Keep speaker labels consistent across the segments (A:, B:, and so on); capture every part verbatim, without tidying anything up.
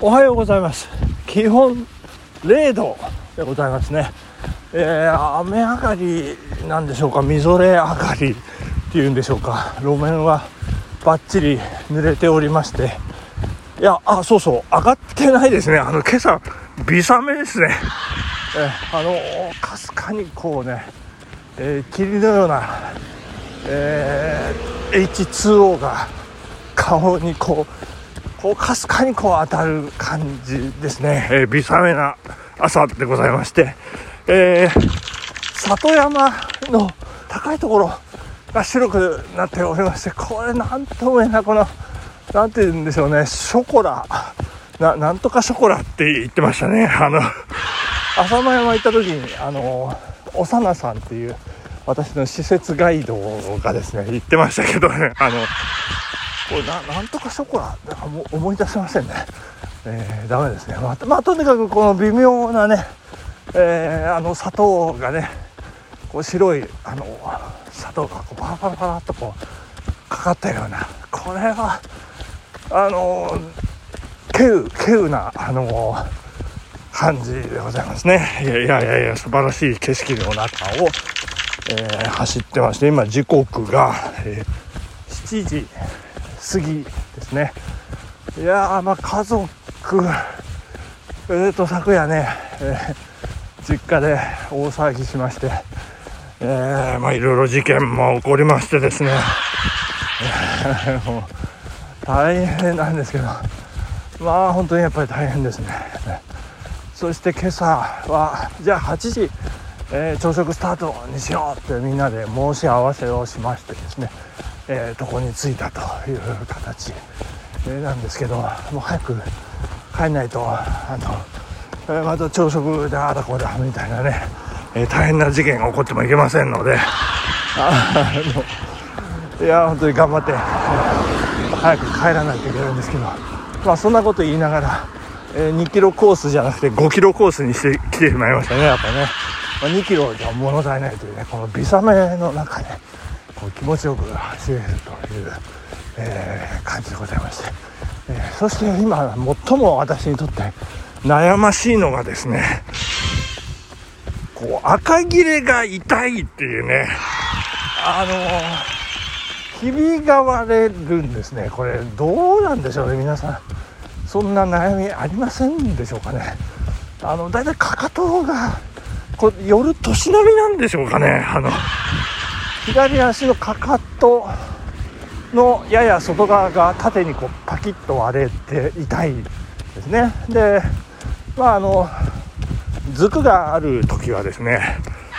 A: おはようございます。気温れいどでございますね。えー、雨上がりなんでしょうか、みぞれ上がりっていうんでしょうか、路面はバッチリ濡れておりまして、いやあそうそう上がってないですね。あの今朝微雨ですね。えー、あのかすかにこうね、えー、霧のような、えー、エイチツーオー が顔にこうこうかすかにこう当たる感じですね。えー、微雨な朝でございまして、えー、里山の高いところが白くなっておりまして、これなんとも言えない、このなんて言うんでしょうね、ショコラな、なんとかショコラって言ってましたね。あの浅間山行った時にあのおさなさんっていう私の施設ガイドがですね言ってましたけどね、あのこれ な, なんとかショコラなんかもう思い出せませんね。えー、ダメですね。まあ、まあ、とにかくこの微妙なね、えー、あの砂糖がね、こう白いあの砂糖がこうパラパラパラっとこうかかったような、これはあの稀有稀有なあの感じでございますね。いやいやいやいや素晴らしい景色の中を、えー、走ってまして、今時刻が、えー、しちじ過ぎですね。いやーまあ家族えーと昨夜ね、えー、実家で大騒ぎしまして、えー、まあいろいろ事件も起こりましてですね、えー、もう大変なんですけど、まあ本当にやっぱり大変ですね。そして今朝はじゃあはちじ、えー、朝食スタートにしようってみんなで申し合わせをしましてですね、えー、とこに着いたという形、えー、なんですけど、もう早く帰んないとあの、えー、また朝食でああだこうだみたいなね、えー、大変な事件が起こってもいけませんので、あのいや本当に頑張って、えー、早く帰らないといけないんですけど、まあそんなこと言いながら、えー、にキロコースじゃなくてごキロコースにしてきてしまいましたね。やっぱね、まあ、にキロじゃ物足りないというね、この微雨の中でこう気持ちよく走れるという、えー、感じでございまして、えー、そして今最も私にとって悩ましいのがですね、こう赤切れが痛いっていうね、あのー、ひびが割れるんですね。これどうなんでしょうね、皆さんそんな悩みありませんでしょうかね。あのだいたいかかとがこれ夜年並みなんでしょうかね。あの左足のかかとのやや外側が縦にこうパキッと割れて痛いですね。でまああの軸がある時はですね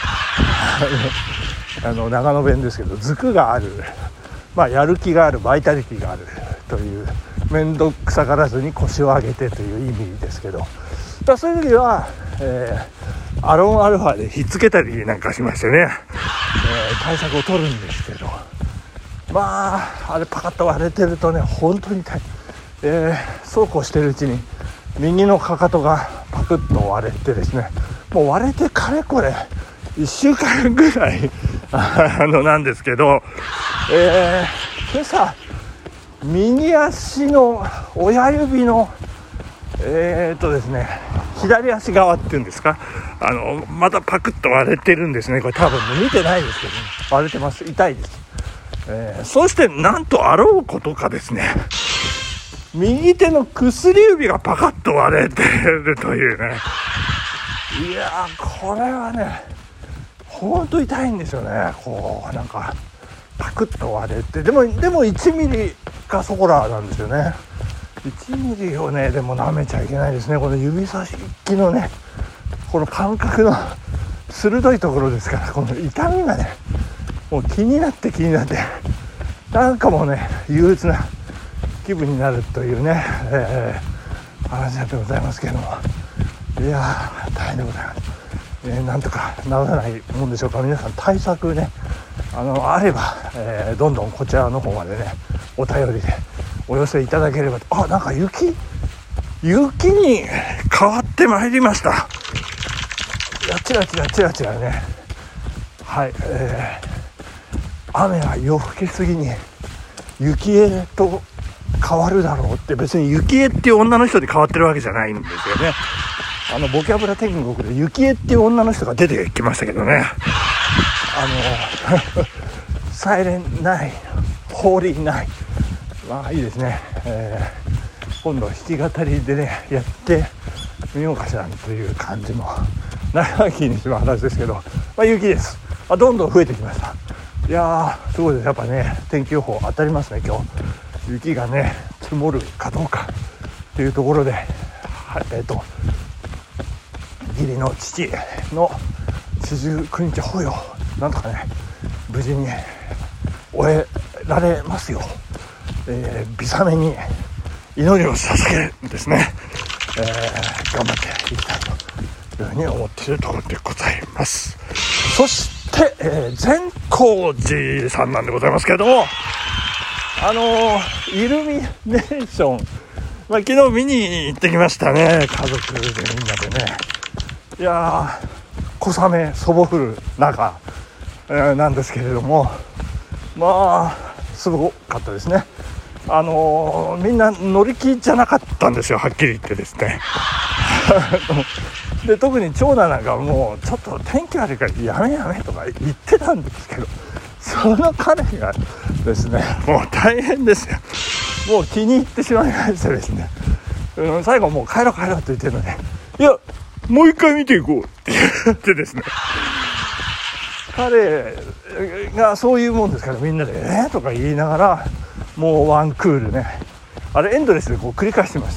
A: あの長野弁ですけど、軸がある、まあ、やる気がある、バイタリティがあるという、面倒くさがらずに腰を上げてという意味ですけど、だそういう時は、えー、アロンアルファでひっつけたりなんかしましてね、えー、対策を取るんですけど、まああれパカッと割れてるとね本当に痛い。えー、そうこうしてるうちに右のかかとがパクッと割れてですね、もう割れてかれこれいっしゅうかんぐらいあのなんですけど、えー、今朝右足の親指のえーっとですね左足側っていうんですか、あのまたパクッと割れてるんですね。これ多分見てないですけど、ね、割れてます。痛いです。えー、そしてなんとあろうことかですね、右手の薬指がパカッと割れてるというね。いやーこれはねほんと痛いんですよね。こうなんかパクッと割れて、でもでもいちミリがそこらなんですよね。いちミリをねでも舐めちゃいけないですね。この指差しのねこの感覚の鋭いところですから、この痛みがねもう気になって気になってなんかもうね憂鬱な気分になるというね、えー、話でございますけども、いやー大変でございます。えー、なんとか治らないもんでしょうか。皆さん対策ねあのあれば、えー、どんどんこちらの方までねお便りでお寄せいただければと。あ、なんか雪雪に変わってまいりました。チラチラチラチラね、はい、えー、雨が夜更けすぎに雪へと変わるだろうって、別にゆきえっていう女の人に変わってるわけじゃないんですよね。あのボキャブラ天国でゆきえっていう女の人が出てきましたけどね、あのサイレンナイホーリーナイ、まあいいですね、えー、今度弾き語りでねやってみようかしらという感じの長きにしま話ですけど、まあ、雪です。あ、どんどん増えてきました。いやーすごいです。やっぱね天気予報当たりますね。今日雪がね積もるかどうかというところで、はい、えっと義理の父の四十九日法要なんとかね無事に終えられますよう、えー、微雨に祈りを捧げるんですね、えー、頑張っていきたいというふうに思っているところでございます。そして、えー、善光寺さんなんでございますけれども、あのー、イルミネーション、まあ、昨日見に行ってきましたね。家族でみんなでね。いやー小雨そぼ降る中、えー、なんですけれども、まあすごかったですね。あのー、みんな乗り気じゃなかったんですよ、はっきり言ってですねで特に長男なんかもうちょっと天気悪いからやめやめとか言ってたんですけど、その彼がですねもう大変ですよ。もう気に入ってしまいましてですね、うん、最後もう帰ろう帰ろうと言ってるので、いやもう一回見ていこうって言ってですね、彼がそういうもんですから、みんなでえーとか言いながらもうワンクールね、あれエンドレスでこう繰り返してました。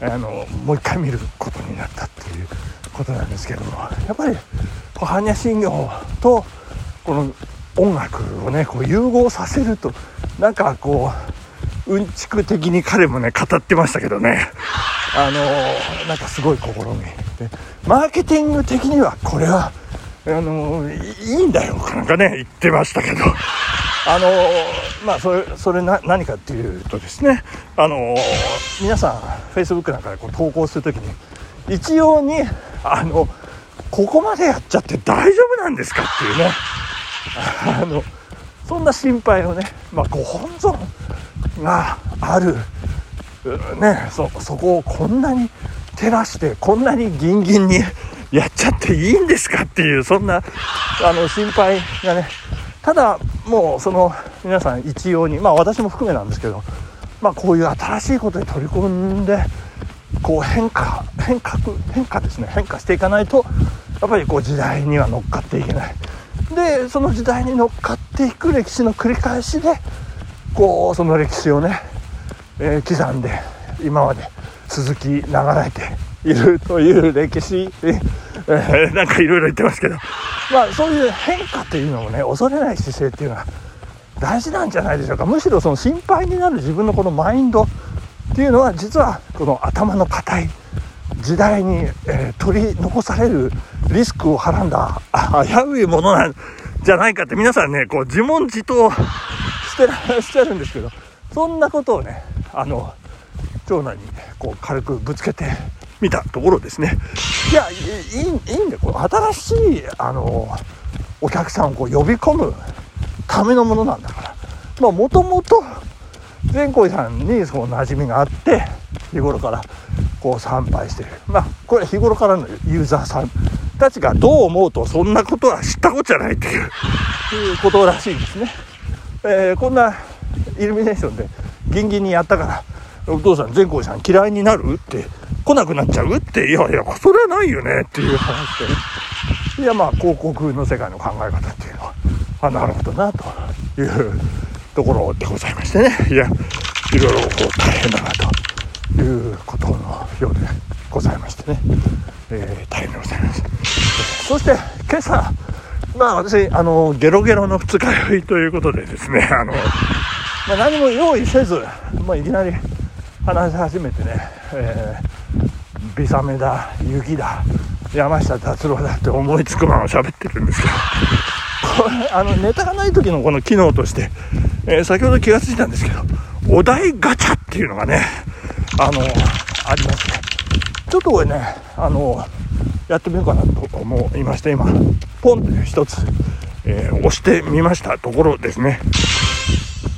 A: あのもう一回見ることになったっていうことなんですけども、やっぱり般若心経とこの音楽をねこう融合させると、なんかこううんちく的に彼もね語ってましたけどね、あのなんかすごい試みで、マーケティング的にはこれはあのいいんだよなんかね言ってましたけど、あのまあそれそれな何かっていうとですね、あの皆さん Facebook なんかでこう投稿するときに一様にあのここまでやっちゃって大丈夫なんですかっていうね、あのそんな心配をね、まあ、ご本尊があるね、そ, そこをこんなに照らしてこんなにギンギンにやっちゃっていいんですかっていう、そんなあの心配がね、ただもうその皆さん一様に、まあ私も含めなんですけど、まあこういう新しいことに取り込んでこう変化変革変化ですね変化していかないと、やっぱりこう時代には乗っかっていけない。でその時代に乗っかっていく歴史の繰り返しで、こうその歴史をね、えー、刻んで今まで続き流れているという歴史、えー、なんかいろいろ言ってますけど、まあそういう変化っていうのをね恐れない姿勢っていうのは大事なんじゃないでしょうか。むしろその心配になる自分のこのマインドっていうのは、実はこの頭の固い時代に、えー、取り残されるリスクをはらんだ危ういものなんじゃないかって皆さんねこう自問自答してらっしゃるんですけど、そんなことをねあの長男にこう軽くぶつけてみたところですね、いやいい、いいんで、こう新しいあのお客さんをこう呼び込むためのものなんだから、まあもともと善光寺さんにそう馴染みがあって日頃からこう参拝している、まあこれ日頃からのユーザーさんたちがどう思うとそんなことは知ったことじゃないという、いうことらしいんですね。えー、こんなイルミネーションでギンギンにやったからお父さん善光寺さん嫌いになるって来なくなっちゃうって、いやいやそれはないよねっていう話で、ね、いやまあ広告の世界の考え方っていうのはあなるほどなというところでございましてね、いやいろいろこう大変だなということのようでございましてね、えー、大変でございます。そして今朝まあ私あのゲロゲロの二日酔いということでですね、あの、まあ、何も用意せず、まあ、いきなり話し始めてね、えー、微雨だ雪だ山下達郎だって思いつくまま喋ってるんですけど、これあのネタがない時のこの機能として、えー、先ほど気がついたんですけど、お題ガチャっていうのがねあのありまして、ちょっとこれねあのやってみようかなと思いまして、今ポンと一つ、えー、押してみましたところですね、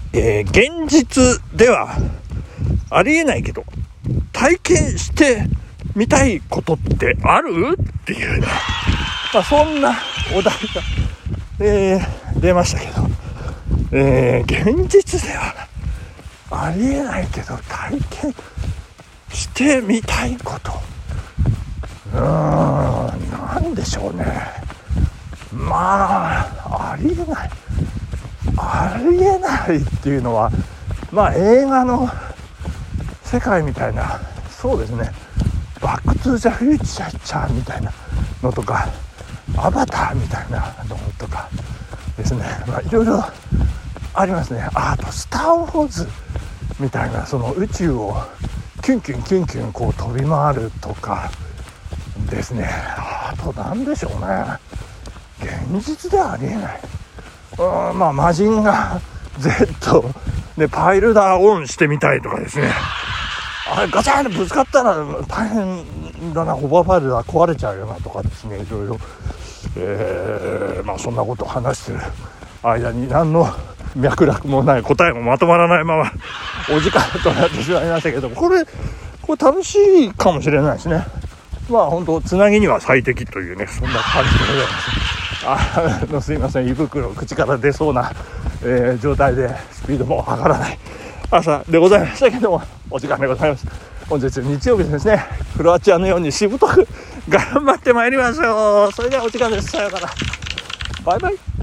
A: えー、現実ではありえないけど体験してみたいことってあるっていうね、まあ、そんなお題が、えー、出ましたけど、えー、現実ではありえないけど体験してみたいこと、うーん、なんでしょうね。まあありえないありえないっていうのは、まあ映画の世界みたいな、そうですね、バックトゥザフューチャーみたいなのとか、アバターみたいなのとかですね、まあいろいろありますね。あとスターウォーズみたいな、その宇宙をキュンキュンキュンキュンこう飛び回るとかですね。あとなんでしょうね、現実ではありえない、うん、まあマジンガー Z でパイルダーオンしてみたいとかですね。あれガチャンってぶつかったら大変だな、ホバーファイルが壊れちゃうよなとかですね、いろいろ、えー、まあそんなことを話してる間に何の脈絡もない答えもまとまらないままお時間となってしまいましたけど、これこれ楽しいかもしれないですね。まあ本当つなぎには最適というね、そんな感じでございます。あのすいません、胃袋口から出そうな、えー、状態でスピードも上がらない朝でございましたけども、お時間でございます。本日日曜日ですね、クロアチアのようにしぶとく頑張ってまいりましょう。それではお時間です。さようなら、バイバイ。